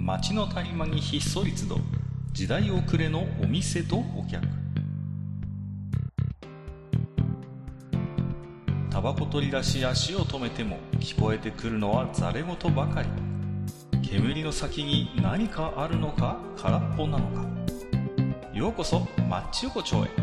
街の谷間にひっそり集う時代遅れのお店とお客。タバコ取り出し足を止めても聞こえてくるのはざれ言ばかり。煙の先に何かあるのか空っぽなのか。ようこそマッチ横丁へ。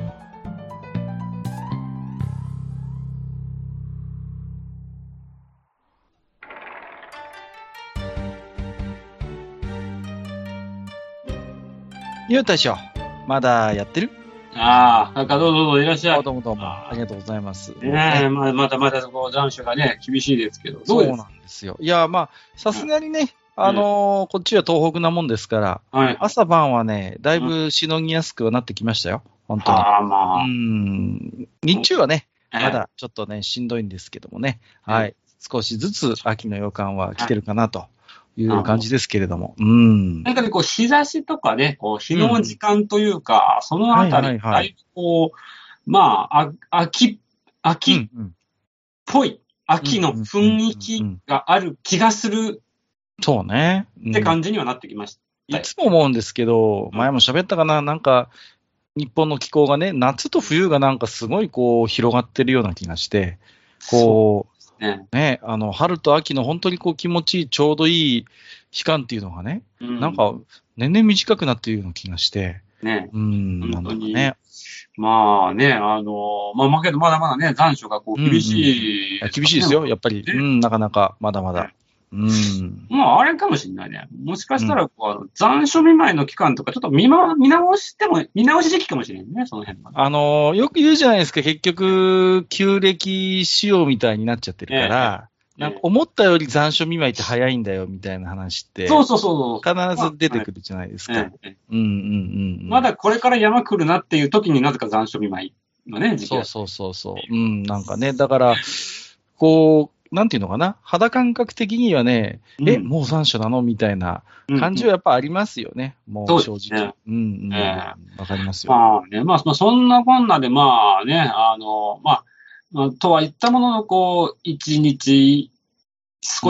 ゆう大将、まだやってる？ ああ、どうぞいらっしゃい。 どうもどうも。ありがとうございます。 ねえ、まだこう残暑がね、厳しいですけど。 そうなんですよ。いや、まあ、さすがにね、こっちは東北なもんですから、 はい、 朝晩はね、だいぶしのぎやすくはなってきましたよ。本当に。 ああ、まあ。 日中はね、まだちょっとね、しんどいんですけどもね、はい。少しずつ秋の予感は来てるかなという感じですけれども。 なんかね、こう、日差しとかね、こう、日の時間というか、そのあたり、だいぶこう、まあ、秋っぽい、秋の雰囲気がある気がする。 そうね。 って感じにはなってきました。 いつも思うんですけど、前も喋ったかな、なんか、日本の気候がね、夏と冬がなんかすごいこう、広がってるような気がして、こう、ね、春と秋の本当にこう気持ちいい、ちょうどいい期間っていうのがね、なんか、年々短くなっているような気がして、 ね。 なんだかね。 まあね、けどまだまだね、残暑がこう厳しい、 厳しいですよ、やっぱり。なかなか、まだまだ。 まあ、あれかもしれないね。もしかしたら、残暑見舞いの期間とか、ちょっと見直し時期かもしれないね、その辺は。 よく言うじゃないですか、結局、旧暦仕様みたいになっちゃってるから、なんか思ったより残暑見舞いって早いんだよ、みたいな話って。 そう。 必ず出てくるじゃないですか。 まだこれから山来るなっていう時になぜか残暑見舞いのね、時期。 そう。なんかね、だから、こう、なんていうのかな、肌感覚的にはね、もう残暑なのみたいな感じはやっぱありますよね、もう正直。わかりますよ。 まあね、そんなこんなで、まあね、とは言ったものの、こう、一日一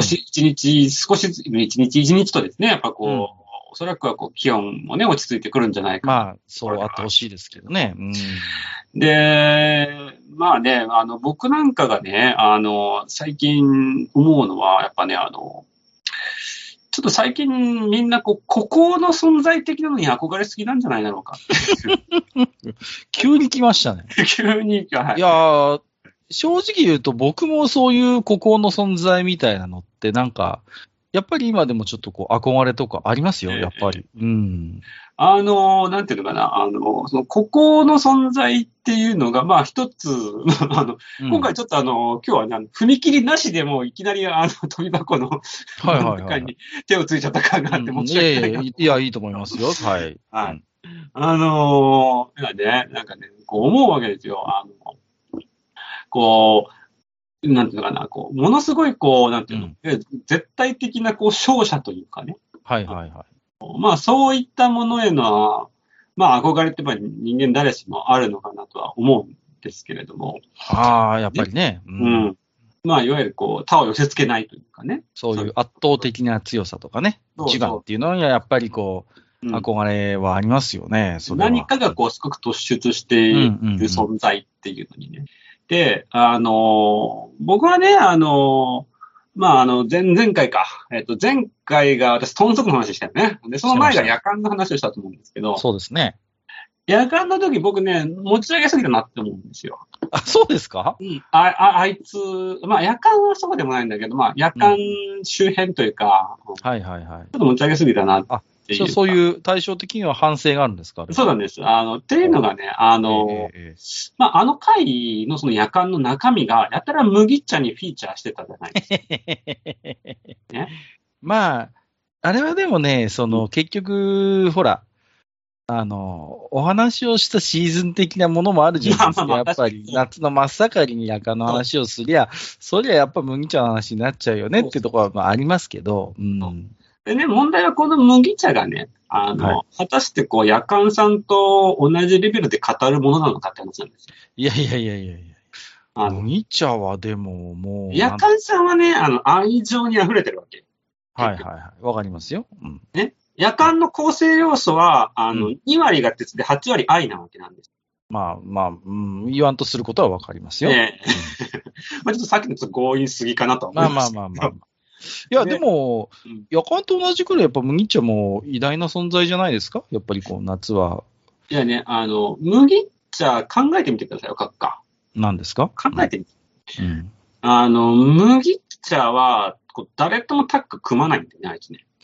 日とですね、やっぱこう、おそらくはこう気温もね、落ち着いてくるんじゃないか。 まあ、そうあってほしいですけどね。 で、まあね、僕なんかがね、最近思うのは、やっぱね、ちょっと最近みんなこう、孤高の存在的なのに憧れすぎなんじゃないだろうか。 急に来ましたね。 急に、 はい。いやー、正直言うと僕もそういう孤高の存在みたいなのってなんか、やっぱり今でもちょっとこう憧れとかありますよ、やっぱり。 なんていうのかな、その孤高の存在っていうのが、まあ一つ、今回ちょっと今日は踏切なしでもいきなり飛び箱の中に手をついちゃった感があって申し訳ない。 いや、いいと思いますよ。はい。 はい。なんかね、こう思うわけですよ。こう、なんていうのかな、こう、ものすごいこう、なんていうの、絶対的なこう、勝者というかね。まあ、そういったものへの、まあ、憧れってやっぱり人間誰しもあるのかなとは思うんですけれども。 やっぱりね。 まあ、いわゆるこう、他を寄せ付けないというかね。 そういう圧倒的な強さとかね。自我っていうのはやっぱりこう、憧れはありますよね。 何かがこう、すごく突出している存在っていうのにね。で、僕はね、前々回か。前回が私、豚足の話したよね。で、その前が夜間の話をしたと思うんですけど。 そうですね。 夜間の時僕ね、持ち上げすぎたなって思うんですよ。 あ、そうですか？ あいつ、まあ夜間はそうでもないんだけど、まあ夜間周辺というか、ちょっと持ち上げすぎたなっていう。 そういう対照的には反省があるんですか？ そうなんです。っていうのがね、まあ、回のその夜間の中身が、やたら麦茶にフィーチャーしてたじゃないですか。ね、 まあ、あれはでもね、結局、ほら、お話をしたシーズン的なものもあるじゃないですか。やっぱり、夏の真っ盛りに夜間の話をすりゃ、そりゃやっぱ麦茶の話になっちゃうよねってところはありますけど、 でね、問題はこの麦茶がね、果たしてこう、夜間さんと同じレベルで語るものなのかって話なんですよ。 いや。麦茶はでももう。 夜間さんはね、愛情に溢れてるわけ。 わかりますよ。 ね。 夜間の構成要素は、2割が鉄で8割愛なわけなんです。 まあ、言わんとすることはわかりますよ。 ねまあちょっとさっきのちょっと強引すぎかなとは思います。 まあ。いや、でも、夜間と同じくらいやっぱ麦茶も偉大な存在じゃないですか？やっぱりこう、夏は。 いやね、麦茶考えてみてくださいよ、閣下。 何ですか？ 考えてみて。麦茶は、誰ともタッグ組まないんだよね、あいつね。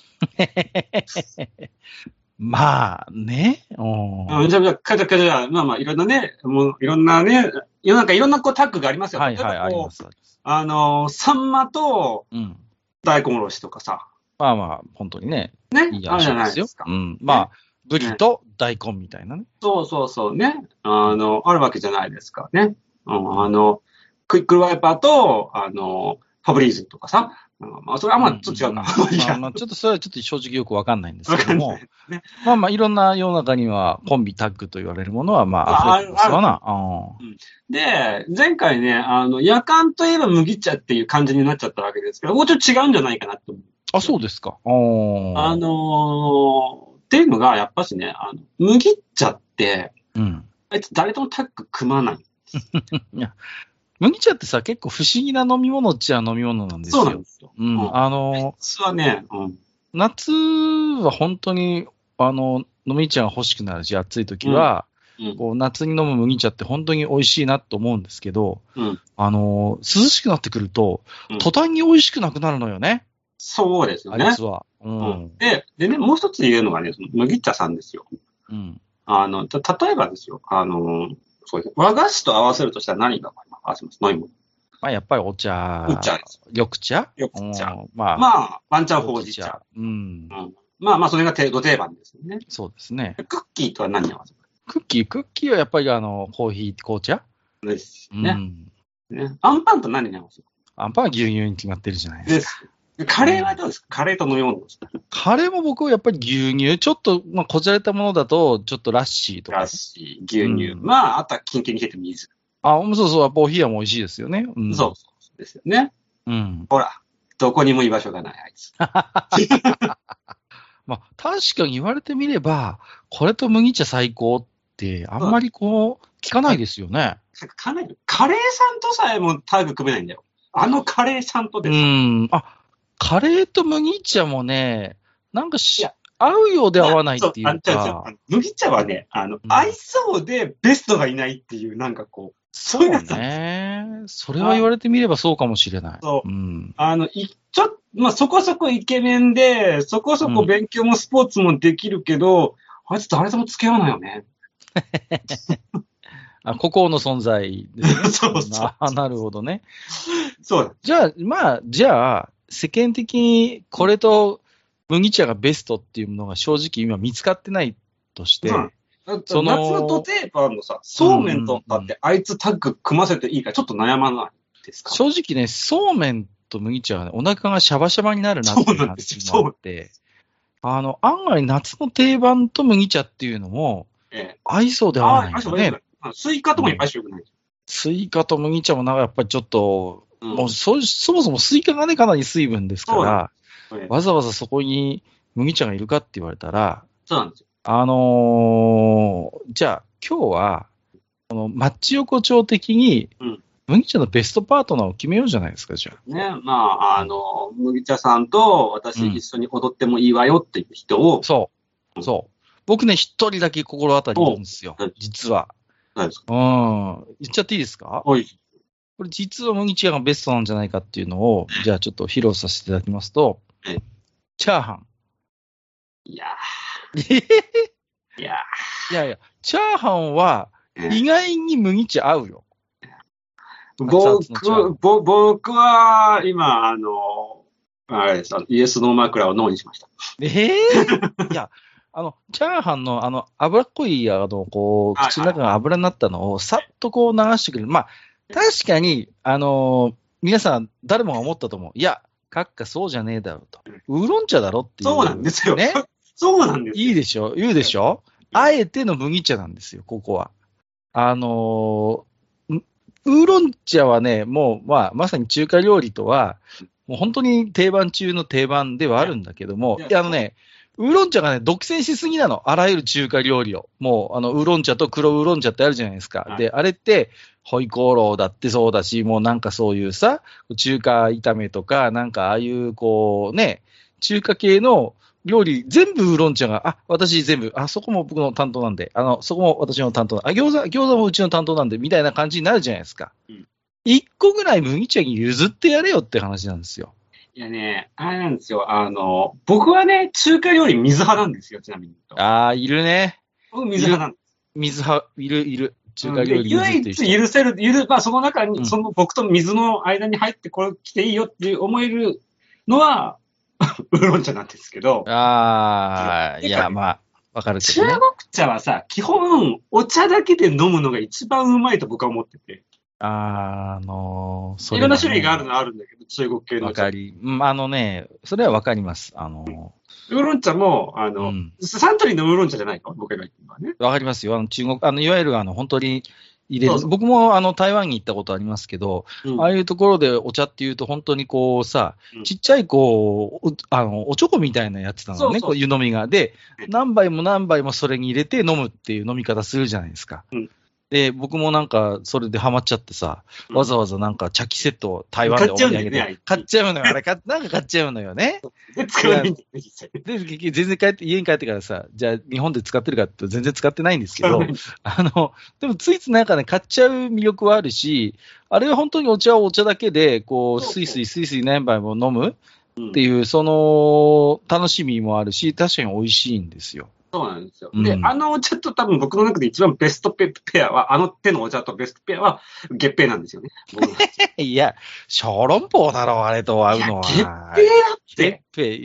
まあ、ね。 じゃあ、まあ、いろんなね、もういろんなね、世の中いろんなタッグがありますよ。 はい、あります。 サンマと、大根おろしとかさ。 まあ、本当にね。いいあるじゃないですか。 まあ、ブリと大根みたいなね。 そうね。あるわけじゃないですかね。クイックルワイパーと、ファブリーズとかさ。まあ、それはちょっと違うか。 ちょっとそれはちょっと正直よくわかんないんですけども。まあ、いろんな世の中にはコンビタッグと言われるものは、溢れてますわな。 で、前回ね、夜間といえば麦茶っていう感じになっちゃったわけですけど、もうちょっと違うんじゃないかなと思う。 あ、そうですか。 っていうのが、やっぱしね、麦茶って、あいつ誰ともタッグ組まない。 いや麦茶ってさ、結構不思議な飲み物っちゃ飲み物なんですよ。 そうなんですよ。夏はね、 夏は本当に、麦茶が欲しくなるし、暑い時は、こう夏に飲む麦茶って本当に美味しいなと思うんですけど、涼しくなってくると、途端に美味しくなくなるのよね。 そうですよね。 あいつは。 でね、もう一つ言うのがね、その麦茶さんですよ。例えばですよ、そうです和菓子と合わせるとしたら何が合わせます？飲み物。 まあ、やっぱりお茶。 お茶です。 緑茶。 まあ、ワンチャンほうじ茶。まあ、それがど定番ですよね。 そうですね。 クッキーとは何合わせます？ クッキーはやっぱりコーヒー、紅茶ですね。アンパンと何に合わせます？ アンパンは牛乳に決まってるじゃないですか。 カレーはどうですか？カレーと飲み物ですか？ カレーも僕はやっぱり牛乳、ちょっと、こじられたものだと、ちょっとラッシーとか。 ラッシー、牛乳。まあ、あとはキンキンに冷えて水。 そう、コーヒーはも美味しいですよね。 そうですよね。ほら、どこにも居場所がない、あいつ。 まあ、確かに言われてみれば、これと麦茶最高って、あんまり聞かないですよね。 カレーさんとさえもタッグ組めないんだよ。カレーさんとです。 カレーと麦茶もね、なんか合うようで合わないっていうか。 麦茶はね、合いそうでベストがいないっていう、なんかこう。 そうね。それは言われてみればそうかもしれない。 まあ、そこそこイケメンで、そこそこ勉強もスポーツもできるけど、あいつ誰とも付き合わないよね。 孤高の存在ですね。 そう。 なるほどね。 そうだ。 じゃあ、世間的にこれと麦茶がベストっていうものが正直今見つかってないとして、 夏のド定番のさ、そうめんとだってあいつタッグ組ませていいかちょっと悩まないですか？ 正直ね、そうめんと麦茶はね、お腹がシャバシャバになるなっていう感じがあって、案外夏の定番と麦茶っていうのも、合いそうで合わないよね。 スイカともいっぱいしよくない。 スイカと麦茶もやっぱりちょっと、もうそもそもスイカがね、かなり水分ですから、わざわざそこに麦茶がいるかって言われたら、 そうなんですよ。 じゃあ今日は、マッチ横丁的に、麦茶のベストパートナーを決めようじゃないですか、じゃあ。 ね、まあ、麦茶さんと私一緒に踊ってもいいわよっていう人を。 そう。僕ね、一人だけ心当たりいるんですよ、実は。 何ですか？ 言っちゃっていいですか？ はい。 これ実は麦茶がベストなんじゃないかっていうのを、じゃあちょっと披露させていただきますと、チャーハン。 いや、 チャーハンは意外に麦茶合うよ。 僕は今、あれです、イエスノー枕をノーにしました。 いや、チャーハンの脂っこい、口の中が油になったのをさっと流してくれる。まあ、確かに、皆さん、誰もが思ったと思う。いや、閣下そうじゃねえだろうと。ウーロン茶だろっていう。 そうなんですよ。 ね。 そうなんですよ。 いいでしょ？言うでしょ？あえての麦茶なんですよ、ここは。ウーロン茶はね、もう、まさに中華料理とは、もう本当に定番中の定番ではあるんだけども、ウウーロン茶がね、独占しすぎなの。あらゆる中華料理を。もう、ウーロン茶と黒ウーロン茶ってあるじゃないですか。 はい、 で、あれって、ホイコーローだってそうだし、もうなんかそういうさ、中華炒めとか、なんかああいう、こうね、中華系の料理、全部ウーロン茶が、私全部、そこも僕の担当なんで、そこも私の担当、餃子もうちの担当なんで、みたいな感じになるじゃないですか。一個ぐらい麦茶に譲ってやれよって話なんですよ。 いやね、あれなんですよ。僕はね、中華料理水派なんですよ、ちなみに。 いるね。 僕水派なんです。 水派、いる。中華料理唯一許せる、その中に、その僕と水の間に入って来ていいよって思えるのは、ウーロン茶なんですけど。 いや、まあ、わかるけど、ね。 中国茶はさ、基本、お茶だけで飲むのが一番うまいと僕は思ってて。 それはね、 いろんな種類があるのはあるんだけど、中国系の茶。 わかり、それはわかります。 ウーロン茶も、サントリーのウーロン茶じゃないの僕が言ってるのはね。 わかりますよ。中国、いわゆる本当に入れる。僕も台湾に行ったことありますけど、ああいうところでお茶っていうと本当にこうさ、ちっちゃいこう、おちょこみたいなやつなのね、こう湯飲みが。で、何杯も何杯もそれに入れて飲むっていう飲み方するじゃないですか。で、僕もなんか、それでハマっちゃってさ、わざわざなんか茶器セットを台湾でお土産で買っちゃうのよ。あれなんか買っちゃうのよね。 で、使わないんだよね、実際。 で、全然家に帰ってからさ、じゃあ日本で使ってるかって全然使ってないんですけど、でもついついなんかね、買っちゃう魅力はあるし、あれは本当にお茶をお茶だけで、こう、スイスイ何杯も飲むっていう、その、楽しみもあるし、確かに美味しいんですよ。 そうなんですよ。で、お茶と多分僕の中で一番ベストペアは、手のお茶とベストペアは、月餅なんですよね。 いや、小籠包だろ、あれと合うのは。 月餅だって。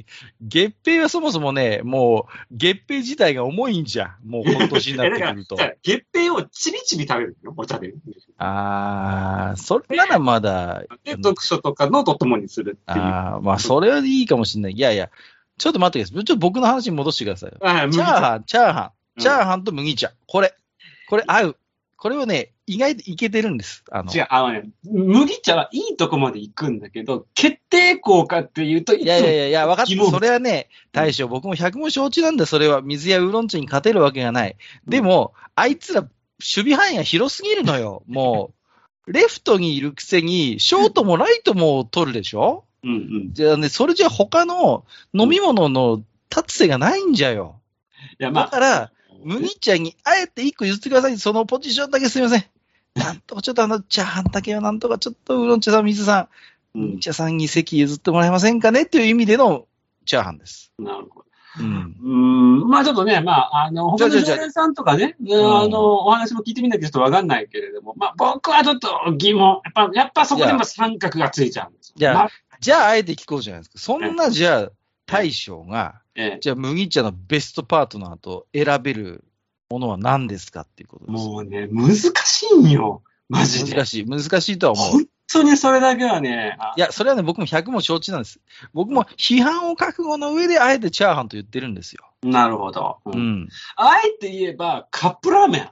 月餅はそもそもね、もう、月餅自体が重いんじゃん。もうこの年になってくると。 月餅をちびちび食べるのお茶で。 それならまだ。 で、読書とかのとともにするっていう。 まあ、それはいいかもしれない。いやいや、ちょっと待ってください。ちょっと僕の話に戻してくださいよ。チャーハンと麦茶。これ合う。これはね、意外といけてるんです。 違う、麦茶はいいとこまで行くんだけど、決定効果っていうと、 いや、分かった。それはね、大将、僕も100も承知なんだ。それは水やウーロン茶に勝てるわけがない。でも、あいつら、守備範囲が広すぎるのよ。もう、レフトにいるくせに、ショートもライトも取るでしょ？じゃあね、それじゃ他の飲み物の立つ瀬がないんじゃよ。だから、麦茶にあえて一個譲ってください。そのポジションだけすみません。なんとかちょっとチャーハンだけはなんとかちょっとウーロン茶さん、水さん、麦茶さんに席譲ってもらえませんかねっていう意味でのチャーハンです。 なるほど。まあちょっとね、他の常連さんとかね、お話も聞いてみなきゃちょっとわかんないけれども、僕はちょっと疑問、やっぱそこでも三角がついちゃうんですよ。 じゃああえて聞こうじゃないですか。そんなじゃあ、大将が、じゃあ麦茶のベストパートナーと選べるものは何ですかっていうことです。 もうね、難しいんよ。マジで。 難しいとは思う。 本当にそれだけはね。 いや、それはね、僕も100も承知なんです。僕も批判を覚悟の上であえてチャーハンと言ってるんですよ。 なるほど。あえて言えば、カップラーメン。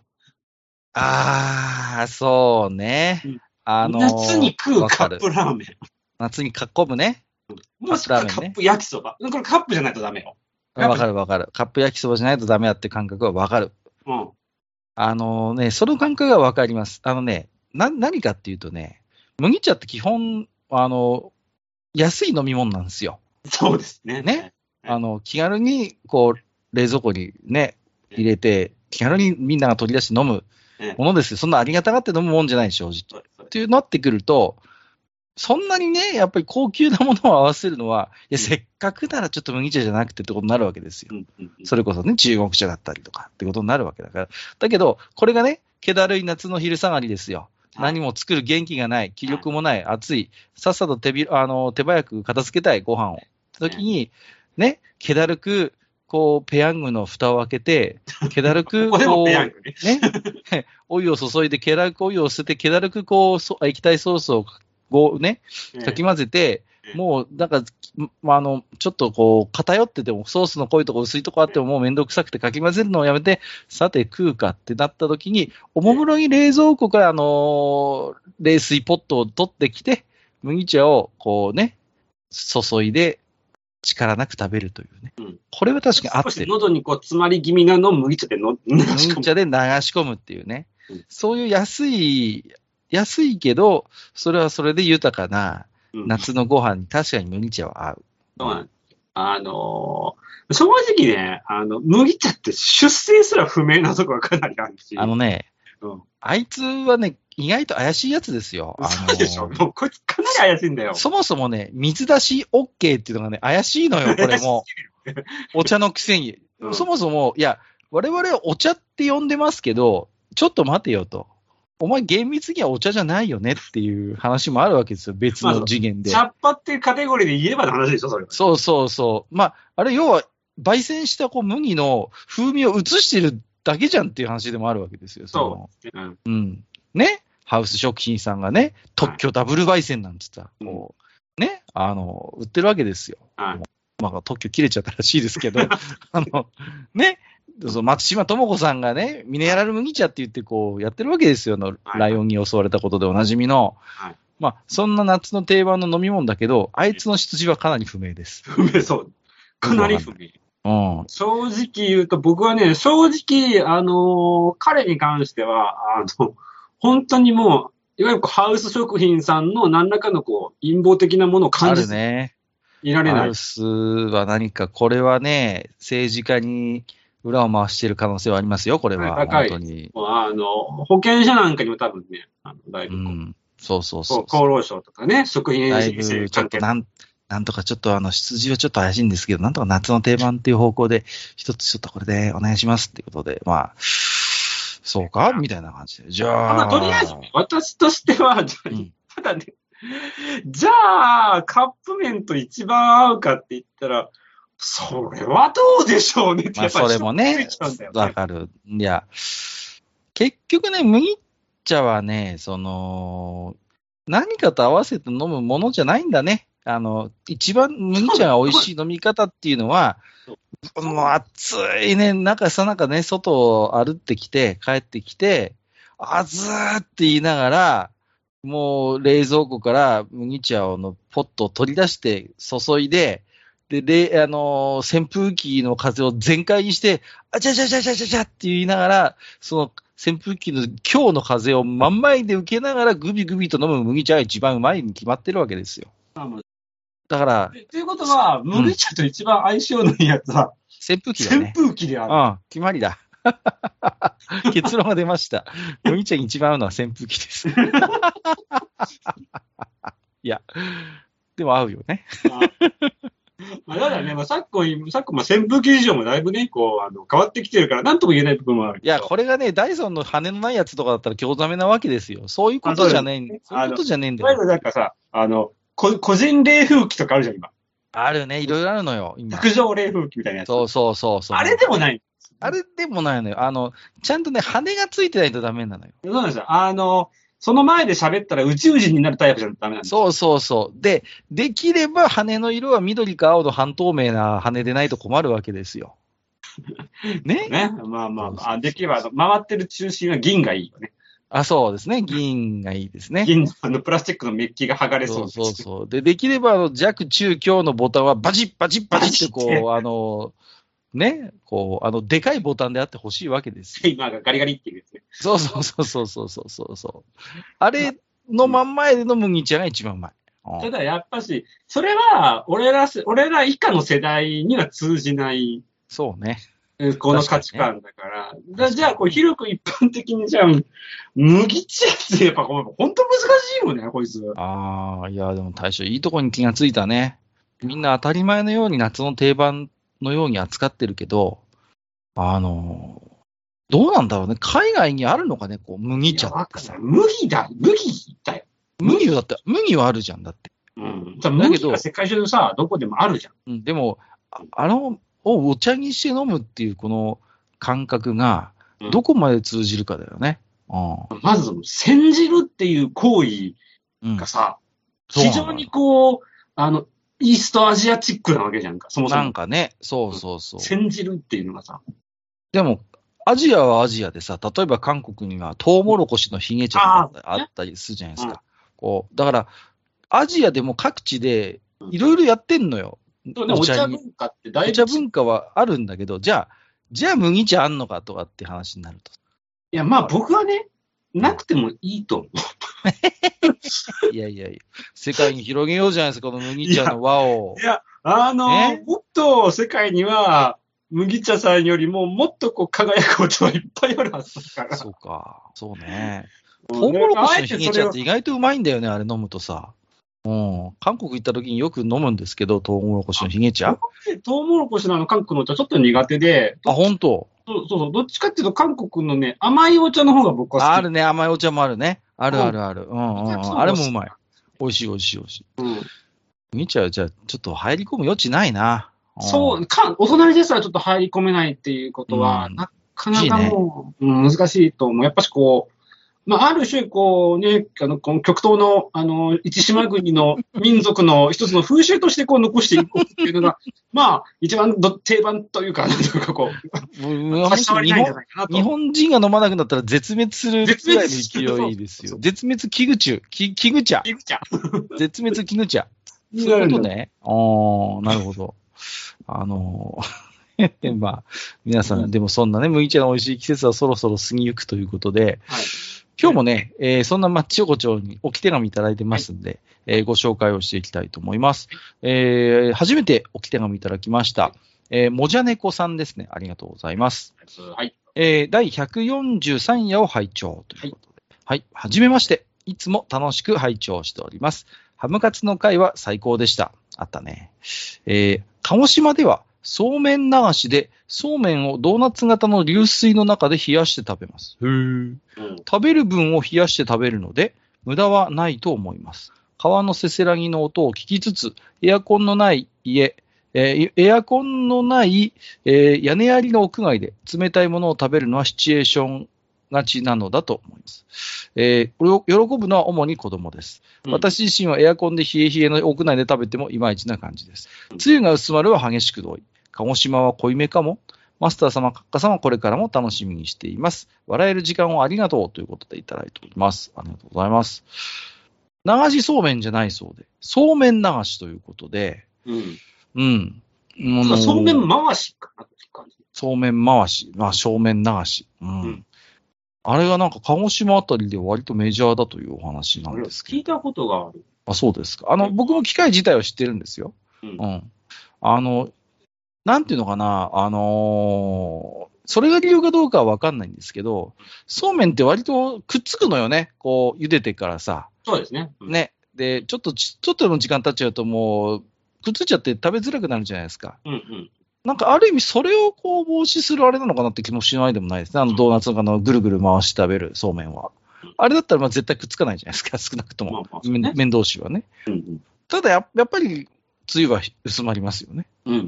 そうね。 夏に食うカップラーメン。 夏に囲むね。 もしくはカップ焼きそば。これカップじゃないとダメよ。 わかる。カップ焼きそばじゃないとダメだって感覚はわかる。その感覚がわかります。何かっていうとね、麦茶って基本、安い飲み物なんですよ。 そうですね。 ね。気軽に、こう、冷蔵庫にね、入れて、気軽にみんなが取り出して飲むものですよ。そんなありがたがって飲むもんじゃない、正直。っていうなってくると、そんなにね、やっぱり高級なものを合わせるのは、せっかくならちょっと麦茶じゃなくてってことになるわけですよ。それこそね、中国茶だったりとかってことになるわけだから。だけど、これがね、気だるい夏の昼下がりですよ。何も作る元気がない、気力もない、暑い、さっさと手早く片付けたいご飯を。時に、ね、気だるく、こう、ペヤングの蓋を開けて、気だるく、こう、ね、お湯を注いで、気だるくお湯を捨てて、気だるく、こう、液体ソースをね、かき混ぜて、もう、なんか、ちょっとこう、偏ってても、ソースの濃いとこ薄いとこあっても、もうめんどくさくてかき混ぜるのをやめて、さて食うかってなった時に、おもむろに冷蔵庫から冷水ポットを取ってきて、麦茶をこうね、注いで力なく食べるというね。 うん、 これは確かに合ってる。 少し喉にこう詰まり気味なのを麦茶で麦茶で流し込むっていうね。うん、そういう安いけど、それはそれで豊かな夏のご飯に確かに麦茶は合う。 そうなんです。正直ね、麦茶って出生すら不明なところがかなりあるし。 あいつはね、意外と怪しいやつですよ。 そうでしょ。もうこいつかなり怪しいんだよ。 そもそもね、水出し OK っていうのがね、怪しいのよ、これも。お茶のくせに。そもそも、いや、我々はお茶って呼んでますけど、ちょっと待てよと。お前厳密にはお茶じゃないよねっていう話もあるわけですよ、別の次元で。 茶っ葉っていうカテゴリーで言えばの話でしょ、それは。 そう。あれ要は、焙煎した麦の風味を移してるだけじゃんっていう話でもあるわけですよ。ね。ハウス食品さんがね、特許ダブル焙煎なんて言ったら、ね、売ってるわけですよ。特許切れちゃったらしいですけど、ね、松島智子さんがね、ミネラル麦茶って言ってこうやってるわけですよ。ライオンに襲われたことでおなじみの。そんな夏の定番の飲み物だけど、あいつの出自はかなり不明です。 不明そう。かなり不明。正直言うと、僕はね、正直、彼に関しては、本当にもう、いわゆるハウス食品さんの何らかの陰謀的なものを感じていられない。 ハウスは何か、これはね、政治家に裏を回している可能性はありますよ、これは。本当に。 保健所なんかにも多分ね、だいぶそう。 厚労省とかね、食品衛生ちょっとなんとかちょっと出自はちょっと怪しいんですけど、なんとか夏の定番っていう方向で、一つちょっとこれでお願いしますっていうことで、そうかみたいな感じで。じゃあ。 とりあえず、私としては、ただね、じゃあ、カップ麺と一番合うかって言ったら、それはどうでしょうねってやっぱり、 それもね、わかる。いや、結局ね、麦茶はね、何かと合わせて飲むものじゃないんだね。一番麦茶が美味しい飲み方っていうのは、もう暑いね、なんかね、外を歩ってきて、帰ってきて、暑ーって言いながら、もう冷蔵庫から麦茶のポットを取り出して注いで、扇風機の風を全開にして、あちゃって言いながら、その扇風機の今日の風を真ん前で受けながらグビグビと飲む麦茶が一番うまいに決まってるわけですよ。だから。 ということは、麦茶と一番相性のいいやつは、 扇風機だね。 扇風機である。 決まりだ。結論が出ました。麦茶に一番合うのは扇風機です。いや、でも合うよね。 だからね、昨今、扇風機事情もだいぶね、変わってきてるから、なんとも言えない部分もある。 いや、これがね、ダイソンの羽のないやつとかだったら興ざめなわけですよ。そういうことじゃねえ、そういうことじゃねえんだよ。 なんかさ、個人冷風機とかあるじゃん、今。 あるね、いろいろあるのよ、今。 卓上冷風機みたいなやつ。 そう。 あれでもない。 あれでもないのよ。ちゃんとね、羽がついてないとダメなのよ。 そうなんですよ。その前で喋ったら宇宙人になるタイプじゃダメなんですよ。そう。できれば羽の色は緑か青の半透明な羽でないと困るわけですよ。ね。 できれば、回ってる中心は銀がいいよね。 そうですね。銀がいいですね。 銀、プラスチックのメッキが剥がれそうです。 そう。できれば、弱中強のボタンはバチッってね、でかいボタンであってほしいわけですよ。 今がガリガリっていうやつね。 そう。あれの真ん前での麦茶が一番うまい。 ただやっぱし、それは、俺ら以下の世代には通じない。 そうね。 この価値観だから。じゃあ、広く一般的に麦茶ってやっぱ本当難しいよね、こいつ。 いや、でも大将いいとこに気がついたね。みんな当たり前のように夏の定番のように扱ってるけど、どうなんだろうね。海外にあるのかね、麦茶ってさ。 麦だよ。 麦はあるじゃん、だって。 麦は世界中のさ、どこでもあるじゃん。 でも、お茶にして飲むっていうこの感覚が、どこまで通じるかだよね。 まず、煎じるっていう行為がさ、非常にイーストアジアチックなわけじゃんか、そもそも。 なんかね、そう。 煎じるっていうのがさ。 でも、アジアはアジアでさ、例えば韓国にはトウモロコシのヒゲ茶とかあったりするじゃないですか。だから、アジアでも各地でいろいろやってんのよ。 そうね、お茶文化ってだいぶ。 お茶文化はあるんだけど、じゃあ麦茶あんのかとかって話になると。 いや、まあ僕はね、なくてもいいと思う。 いや、世界に広げようじゃないですか、この麦茶の輪を。 いや、もっと世界には、麦茶さんよりももっとこう輝くお茶はいっぱいあるはずだから。 そうか、そうね。トウモロコシのヒゲ茶って意外とうまいんだよね、あれ飲むとさ。韓国行った時によく飲むんですけど、トウモロコシのヒゲ茶。 トウモロコシの韓国のお茶ちょっと苦手で。 本当。 そう、どっちかっていうと韓国のね、甘いお茶の方が僕は好き。 あるね、甘いお茶もあるね。ある。あれもうまい。美味しい。麦茶はじゃあちょっと入り込む余地ないな。 そう、お隣ですらちょっと入り込めないっていうことは、なかなかもう、難しいと思う。やっぱしこう、まあ、ある種、こうね、この極東の、市島国の民族の一つの風習としてこう残していこうっていうのが、まあ、一番定番というか、なんというかこう、差し障りないんじゃないかなと。 日本人が飲まなくなったら絶滅するくらいの勢いですよ。絶滅危惧茶。絶滅危惧茶。そういうことね。なるほど。まあ、皆さん、でもそんなね、麦茶の美味しい季節はそろそろ過ぎゆくということで、はい、今日もね、そんなマッチ横丁に置き手紙いただいてますんで、ご紹介をしていきたいと思います。初めて置き手紙いただきました。もじゃねこさんですね。ありがとうございます。 はい。 第143夜を拝聴ということで。はい。はじめまして。いつも楽しく拝聴しております。ハムカツの会は最高でした。あったね。鹿児島では、そうめん流しで、そうめんをドーナツ型の流水の中で冷やして食べます。食べる分を冷やして食べるので、無駄はないと思います。川のせせらぎの音を聞きつつ、エアコンのない家、エアコンのない、屋根ありの屋外で冷たいものを食べるのはシチュエーションがちなのだと思います。喜ぶのは主に子供です。私自身はエアコンで冷え冷えの屋内で食べてもいまいちな感じです。梅雨が薄まるは激しく同意。鹿児島は濃いめかも。マスター様、閣下様、これからも楽しみにしています。笑える時間をありがとうということでいただいております。ありがとうございます。流しそうめんじゃないそうで、そうめん流しということで、 そうめん回しかなって感じ。 そうめん回し、正面流し。あれがなんか鹿児島あたりで割とメジャーだというお話なんですけど。 聞いたことがある。 そうですか。僕も機械自体は知ってるんですよ。なんていうのかな、それが理由かどうかはわかんないんですけど、そうめんって割とくっつくのよね。こう、茹でてからさ。 そうですね。 ね。で、ちょっとの時間経っちゃうともう、くっついちゃって食べづらくなるじゃないですか。なんかある意味それをこう防止するあれなのかなって気もしないでもないですね。ドーナツとかのぐるぐる回して食べるそうめんは。あれだったら絶対くっつかないじゃないですか。少なくとも。麺同士はね。ただやっぱり、梅雨は薄まりますよね。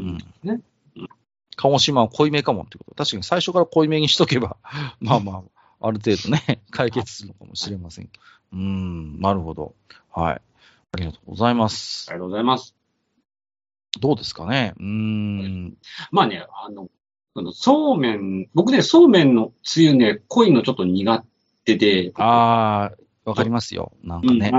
鹿児島は濃いめかもってこと。確かに最初から濃いめにしとけば、ある程度ね、解決するのかもしれませんけど。なるほど。はい。ありがとうございます。 ありがとうございます。 どうですかね。 まあね、そうめん、僕ね、そうめんのつゆね、濃いのちょっと苦手で。 わかりますよ。なんかね。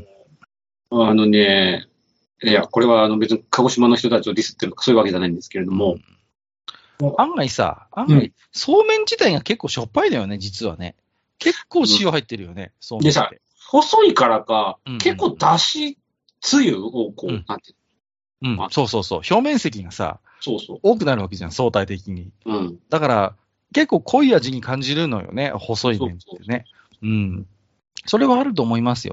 いや、これは別に鹿児島の人たちをディスってるとかそういうわけじゃないんですけれども。 案外、そうめん自体が結構しょっぱいのよね、実はね。結構塩入ってるよね、そうめんって。でさ、 細いからか、結構だしつゆをこう、なんていうそう。表面積がさ、多くなるわけじゃん、相対的に。だから、結構濃い味に感じるのよね、細い麺ってね。それはあると思いますよ。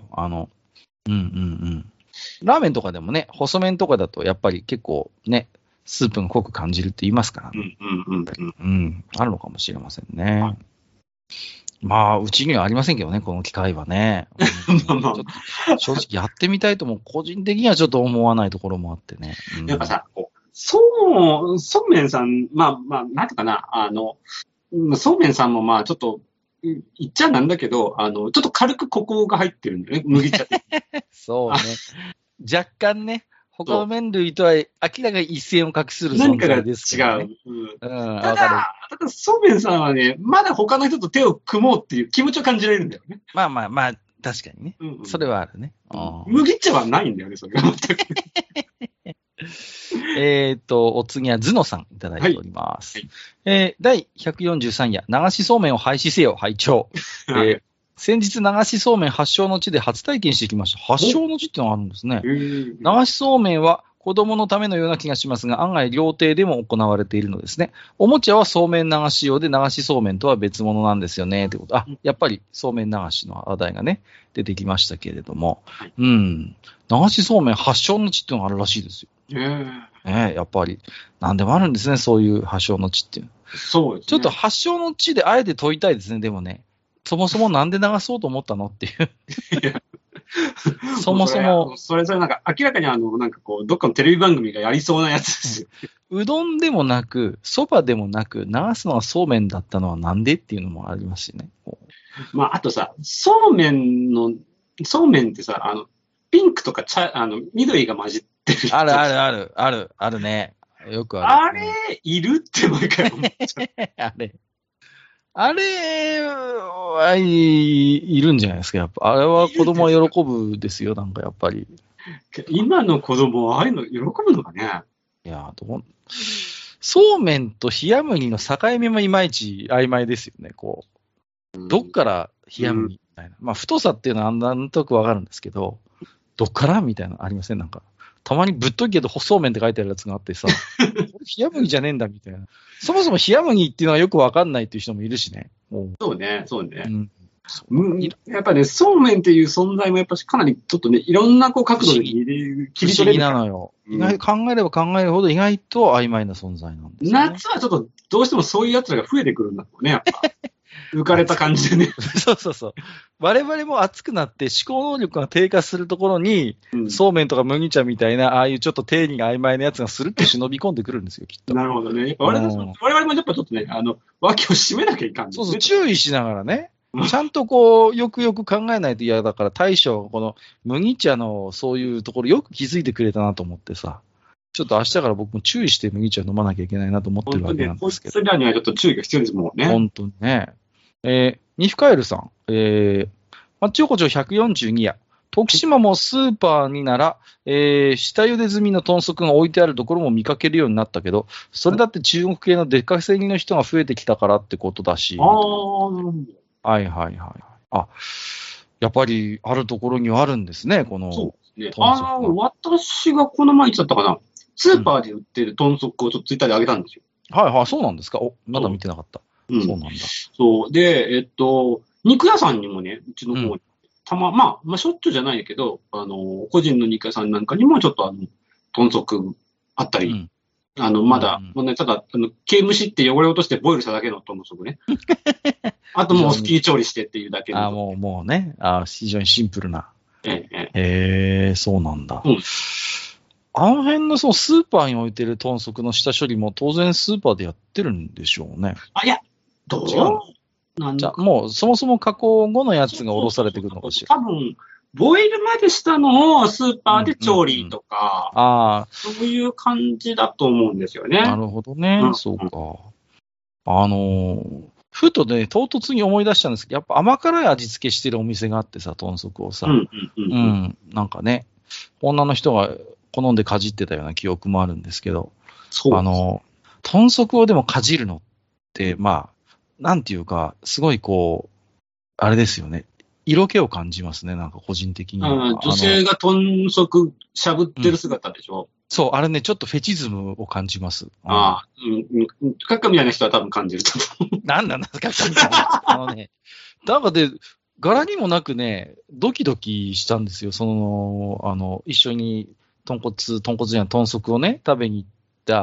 ラーメンとかでもね、細麺とかだとやっぱり結構ね、スープが濃く感じるって言いますからね。あるのかもしれませんね。うちにはありませんけどね、この機会はね。正直やってみたいとも、個人的にはちょっと思わないところもあってね。 やっぱさ、そうめんさん、なんていうかな、そうめんさんもちょっと、言っちゃなんだけど、ちょっと軽くコクが入ってるんだよね、麦茶って。 そうね。若干ね、他の麺類とは明らかに一線を画する存在ですけど、ね。 何かが違う。ただ、そうめんさんはね、まだ他の人と手を組もうっていう気持ちを感じられるんだよね。 確かにね。それはあるね。 麦茶はないんだよね、それが全く。 お次はズノさんいただいております。第143夜、流しそうめんを廃止せよ、拝聴。先日流しそうめん発祥の地で初体験してきました。発祥の地ってのがあるんですね。流しそうめんは子供のためのような気がしますが、案外料亭でも行われているのですね。おもちゃはそうめん流し用で流しそうめんとは別物なんですよね。ってこと。やっぱりそうめん流しの話題がね、出てきましたけれども。流しそうめん発祥の地っていうのがあるらしいですよ。やっぱり、何でもあるんですね、そういう発祥の地っていう。 そうですね。 ちょっと発祥の地であえて問いたいですね、でもね。そもそもなんで流そうと思ったのっていう。そもそも。 それなんか明らかになんかこう、どっかのテレビ番組がやりそうなやつですよ。 うどんでもなく、そばでもなく、流すのはそうめんだったのはなんでっていうのもありますしね。 まあ、あとさ、そうめんってさ、ピンクとか緑が混じってる。 あるね。よくある。 あれ、いるって毎回思っちゃう。 あれはいるんじゃないですか、やっぱ。あれは子供は喜ぶですよ、なんかやっぱり。 今の子供はああいうの喜ぶのかね。 いや、そうめんと冷麦の境目もいまいち曖昧ですよね、こう。どっから冷麦みたいな。まあ、太さっていうのはなんとなくわかるんですけど、どっからみたいなのありません？なんか。たまにぶっといけど、そうめんって書いてあるやつがあってさ、これ冷麦じゃねえんだみたいな。そもそも冷麦っていうのはよくわかんないっていう人もいるしね。 そうね。やっぱね、そうめんっていう存在もやっぱしかなりちょっとね、いろんなこう角度で切り取れる。 不思議なのよ。意外考えれば考えるほど意外と曖昧な存在なんですよね。 夏はちょっとどうしてもそういう奴らが増えてくるんだろうね、やっぱ。浮かれた感じでね。 そう。我々も熱くなって思考能力が低下するところに、そうめんとか麦茶みたいな、ああいうちょっと定義が曖昧なやつがするって忍び込んでくるんですよ、きっと。 なるほどね。我々もやっぱちょっとね、脇を締めなきゃいかんですね。 そう、注意しながらね。ちゃんとこう、よくよく考えないと嫌だから、大将、この麦茶のそういうところよく気づいてくれたなと思ってさ。ちょっと明日から僕も注意して麦茶飲まなきゃいけないなと思ってるわけなんですけど。 それらにはちょっと注意が必要ですもんね。 本当にね。ニフカエルさん。マッチ横丁142夜。徳島もスーパーになら、下茹で済みの豚足が置いてあるところも見かけるようになったけど、それだって中国系の出稼ぎの人が増えてきたからってことだし。はい。やっぱりあるところにはあるんですね、この。 そうですね。私がこの前いつだったかな。スーパーで売ってる豚足をちょっとツイッターで上げたんですよ。 はい、そうなんですか。まだ見てなかった。そうなんだ。 そう。で、肉屋さんにもね、うちの方に、まあ、しょっちゅうじゃないけど、個人の肉屋さんなんかにもちょっと豚足あったり、まだ、ただ、毛むしって汚れ落としてボイルしただけの豚足ね。あともうスキー調理してっていうだけの。 もうね。非常にシンプルな。そうなんだ。あの辺のそのスーパーに置いてる豚足の下処理も当然スーパーでやってるんでしょうね。 いや、どうじゃあもうそもそも加工後のやつがおろされてくるのかしら。 多分、ボイルまでしたのをスーパーで調理とか、そういう感じだと思うんですよね。 なるほどね。そうか。ふとね、唐突に思い出したんですけど、やっぱ甘辛い味付けしてるお店があってさ、豚足をさ。なんかね、女の人が好んでかじってたような記憶もあるんですけど、豚足をでもかじるのって、まあ、なんていうか、すごいこう、あれですよね。色気を感じますね、なんか個人的に。 女性が豚足しゃぶってる姿でしょ。 そう、あれね、ちょっとフェチズムを感じます。 カッカみたいな人は多分感じると思う。 なんだ、カッカみたいな。なんかで、柄にもなくね、ドキドキしたんですよ。一緒に豚骨じゃない、豚足をね、食べに行った、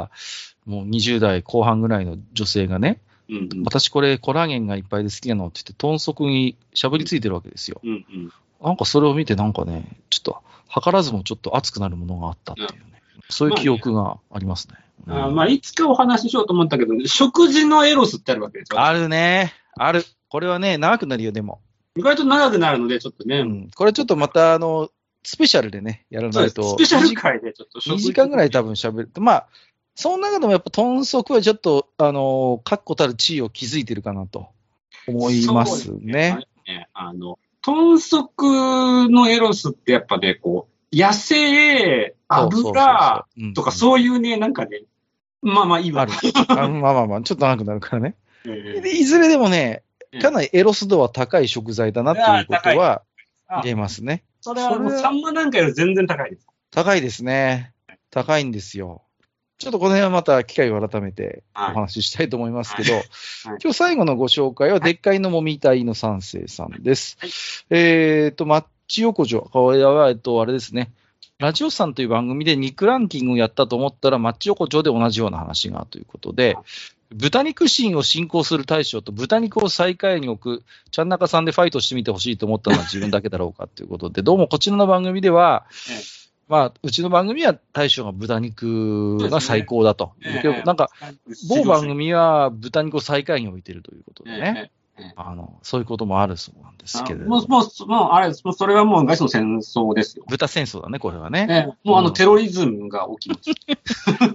もう20代後半ぐらいの女性がね、私これコラーゲンがいっぱいで好きなのって言って、豚足にしゃぶりついてるわけですよ。なんかそれを見てなんかね、ちょっと、図らずもちょっと熱くなるものがあったっていうね。そういう記憶がありますね。 いつかお話ししようと思ったけど、食事のエロスってあるわけですよ。 あるね。ある。これはね、長くなるよ、でも。 意外と長くなるので、ちょっとね。 これちょっとまた、スペシャルでね、やらないと。 スペシャル回でちょっと 2時間ぐらい多分喋ると。まあ、その中でもやっぱ豚足はちょっと、確固たる地位を築いてるかなと思いますね。 豚足のエロスってやっぱね、こう、 野生、油とかそういうね、なんかね、まあまあいいわ。 まあまあ、ちょっと長くなるからね。でいずれでもね、かなりエロス度は高い食材だなっていうことは言えますね。 それはもうサンマなんかより全然高いです。 高いですね。高いんですよ。ちょっとこの辺はまた機会を改めてお話ししたいと思いますけど、今日最後のご紹介は、でっかいのもみたいの三世さんです。マッチ横丁。これは、あれですね。ラジオさんという番組で肉ランキングをやったと思ったら、マッチ横丁で同じような話がということで、豚肉シーンを進行する大将と豚肉を最下位に置く、ちゃんなかさんでファイトしてみてほしいと思ったのは自分だけだろうかということで、どうもこちらの番組では、まあ、うちの番組は大将が豚肉が最高だと。なんか、某番組は豚肉を最下位に置いているということでね。そういうこともあるそうなんですけれども。 もう、あれ、それはもうガチの戦争ですよ。 豚戦争だね、これはね。 もうテロリズムが起きます。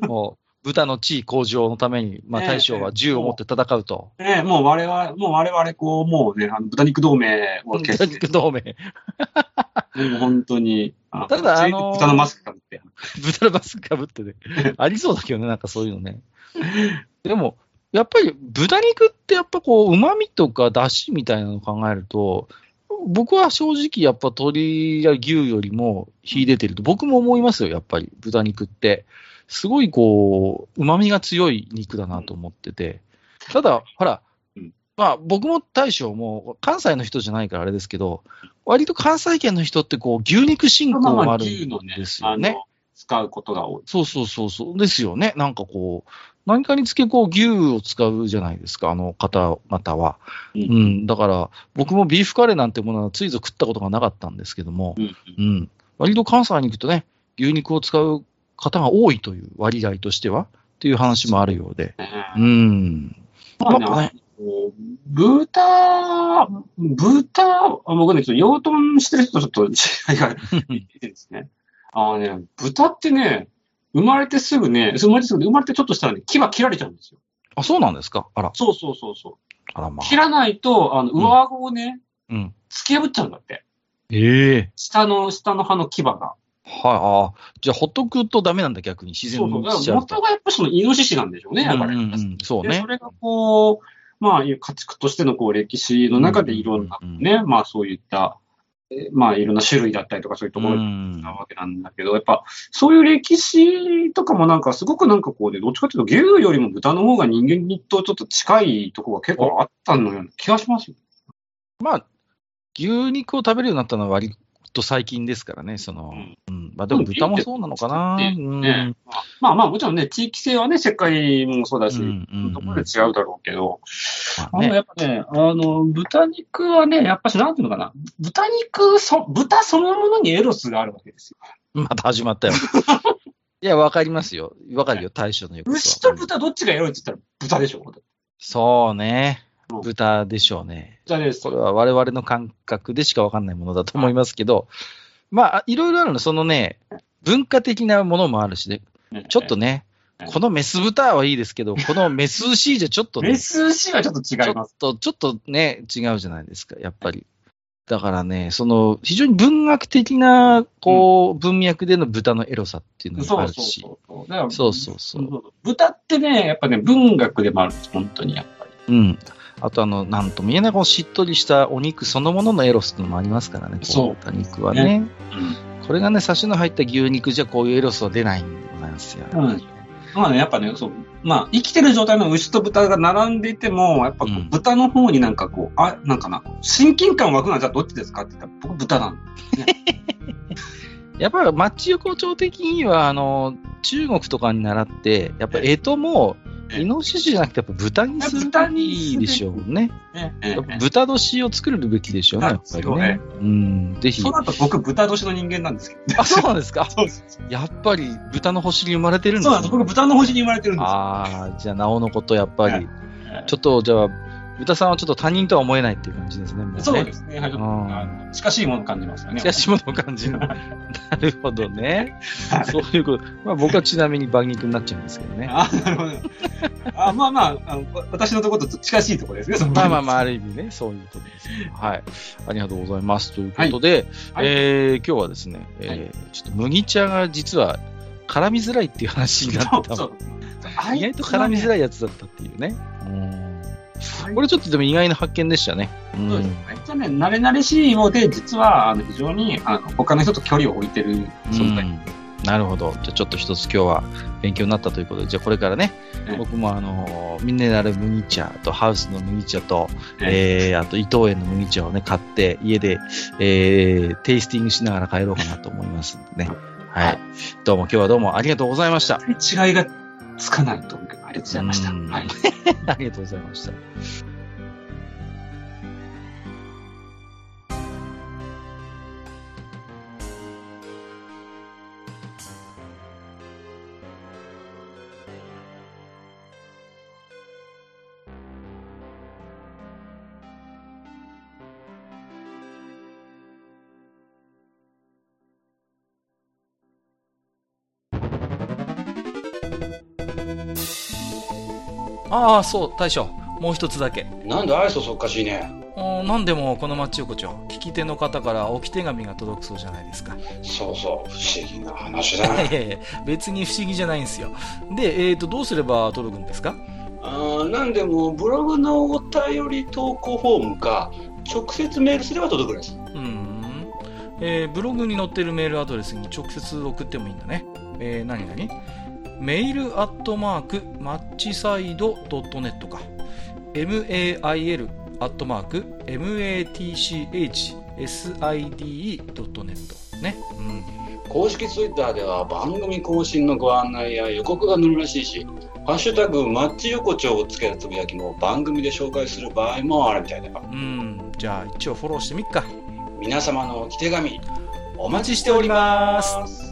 もう、豚の地位向上のために、まあ、大将は銃を持って戦うと。 もう我々、こう、もうね、豚肉同盟を結成。豚肉同盟。 もう本当に。 ただ、 豚のマスクかぶって。 豚のマスクかぶってね。ありそうだけどね、なんかそういうのね。でも、やっぱり豚肉ってやっぱこう、旨味とか出汁みたいなのを考えると、僕は正直やっぱ鶏や牛よりも秀でてると僕も思いますよ、やっぱり豚肉って。すごいこう、旨味が強い肉だなと思ってて。ただ、ほら、まあ僕も大将も関西の人じゃないからあれですけど、割と関西圏の人ってこう、牛肉信仰があるんですよね。 使うことが多い。 そうですよね。なんかこう、何かにつけこう牛を使うじゃないですか、あの方々は。だから僕もビーフカレーなんてものはついぞ食ったことがなかったんですけども、割と関西に行くとね、牛肉を使う方が多いという割合としてはっていう話もあるようで。 僕ね、養豚してる人とちょっと違いが出てですね。豚ってね、生まれてちょっとしたらね、牙切られちゃうんですよ。 あ、そうなんですか？あら。 そう。 あらまあ。 切らないと、上顎をね、突き破っちゃうんだって。下の歯の牙が。 じゃあ、ほっとくとダメなんだ、逆に。自然にしちゃうと。 元がやっぱそのイノシシなんでしょうね、やっぱり。 そうね。 それがこう、まあ、家畜としてのこう歴史の中でいろんなね、まあそういった、まあいろんな種類だったりとかそういうところなわけなんだけど、やっぱそういう歴史とかもなんかすごくなんかこうね、どっちかというと牛よりも豚の方が人間とちょっと近いところが結構あったのような気がしますよ。 まあ、牛肉を食べるようになったのは割と最近ですからね、まあでも豚もそうなのかな。 まあもちろんね、地域性はね、世界もそうだし、ところで違うだろうけど、やっぱね、豚肉はね、やっぱしなんていうのかな、豚そのものにエロスがあるわけですよ。 また始まったよ。いや、わかりますよ。わかるよ、大将の言うことは。 牛と豚どっちがエロいって言ったら豚でしょ。 そうね。豚でしょうね。これは我々の感覚でしかわかんないものだと思いますけど、まあ、いろいろあるの、そのね、文化的なものもあるしね、ちょっとね、このメス豚はいいですけど、このメス牛じゃちょっとね、 メス牛はちょっと違います。 ちょっとね、違うじゃないですか、やっぱり。だからね、非常に文学的な、文脈での豚のエロさっていうのがあるし。そう。 豚ってね、やっぱね、文学でもあるんです、本当にやっぱり。 あとなんとも言えないこのしっとりしたお肉そのもののエロスっていうのもありますからね、豚肉はね。これがね、サシの入った牛肉じゃこういうエロスは出ないんでございますよ。 まあね、やっぱね、まあ、生きてる状態の牛と豚が並んでいても、やっぱ豚の方になんかなんかな、親近感湧くのはじゃあどっちですかって言ったら、僕豚なんだ、ね。 やっぱりマッチ横丁的には、中国とかに習って、やっぱ干支も、イノシシじゃなくてやっぱ豚にするべきでしょうね。やっぱ豚年を作るべきでしょうね、やっぱりね。ぜひ。 その後僕豚年の人間なんですけど。 あ、そうなんですか？やっぱり豚の星に生まれてるんですか？ そうなんです。僕豚の星に生まれてるんです。 じゃあなおのことやっぱり。ちょっとじゃあ、 歌さんはちょっと他人とは思えないっていう感じですね。もうねそうですね。はい、ちょっと近しいものを感じますよね。 近しいものを感じる。なるほどね。そういうこと。まあ僕はちなみに馬肉になっちゃうんですけどね。 なるほど。まあ、私のところと近しいところですね。 まあ、ある意味ね、そういうことですね。はい。ありがとうございます。ということで、今日はですね、ちょっと麦茶が実は絡みづらいっていう話になってたの。意外と絡みづらいやつだったっていうね。これちょっとでも意外な発見でしたね。 そうですね。じゃあね、慣れ慣れしいようで、実は非常に他の人と距離を置いてる存在。 なるほど。じゃあちょっと一つ今日は勉強になったということで、じゃあこれからね、僕もミネラル麦茶とハウスの麦茶と、あと伊藤園の麦茶をね、買って家で、テイスティングしながら帰ろうかなと思いますんでね。はい。どうも今日はどうもありがとうございました。 違いがつかないと思うけど、ありがとうございました。はい。 ありがとうございました。 ああ、そう、大将。もう一つだけ。 なんで愛想そっかしいね。 なんでもこの町横丁、聞き手の方から置き手紙が届くそうじゃないですか。 そうそう、不思議な話だね。 いやいや、別に不思議じゃないんですよ。で、どうすれば届くんですか？ なんでもブログのお便り投稿フォームか、直接メールすれば届くんです。 ブログに載ってるメールアドレスに直接送ってもいいんだね。何メールアットマークマッチサイドドットネットか。mail アットマーク matchside.net ね。 公式ツイッターでは番組更新のご案内や予告が載るらしいし、ハッシュタグマッチ横丁をつけたつぶやきも番組で紹介する場合もあるみたいだよ。 じゃあ一応フォローしてみっか。 皆様のお手紙お待ちしております。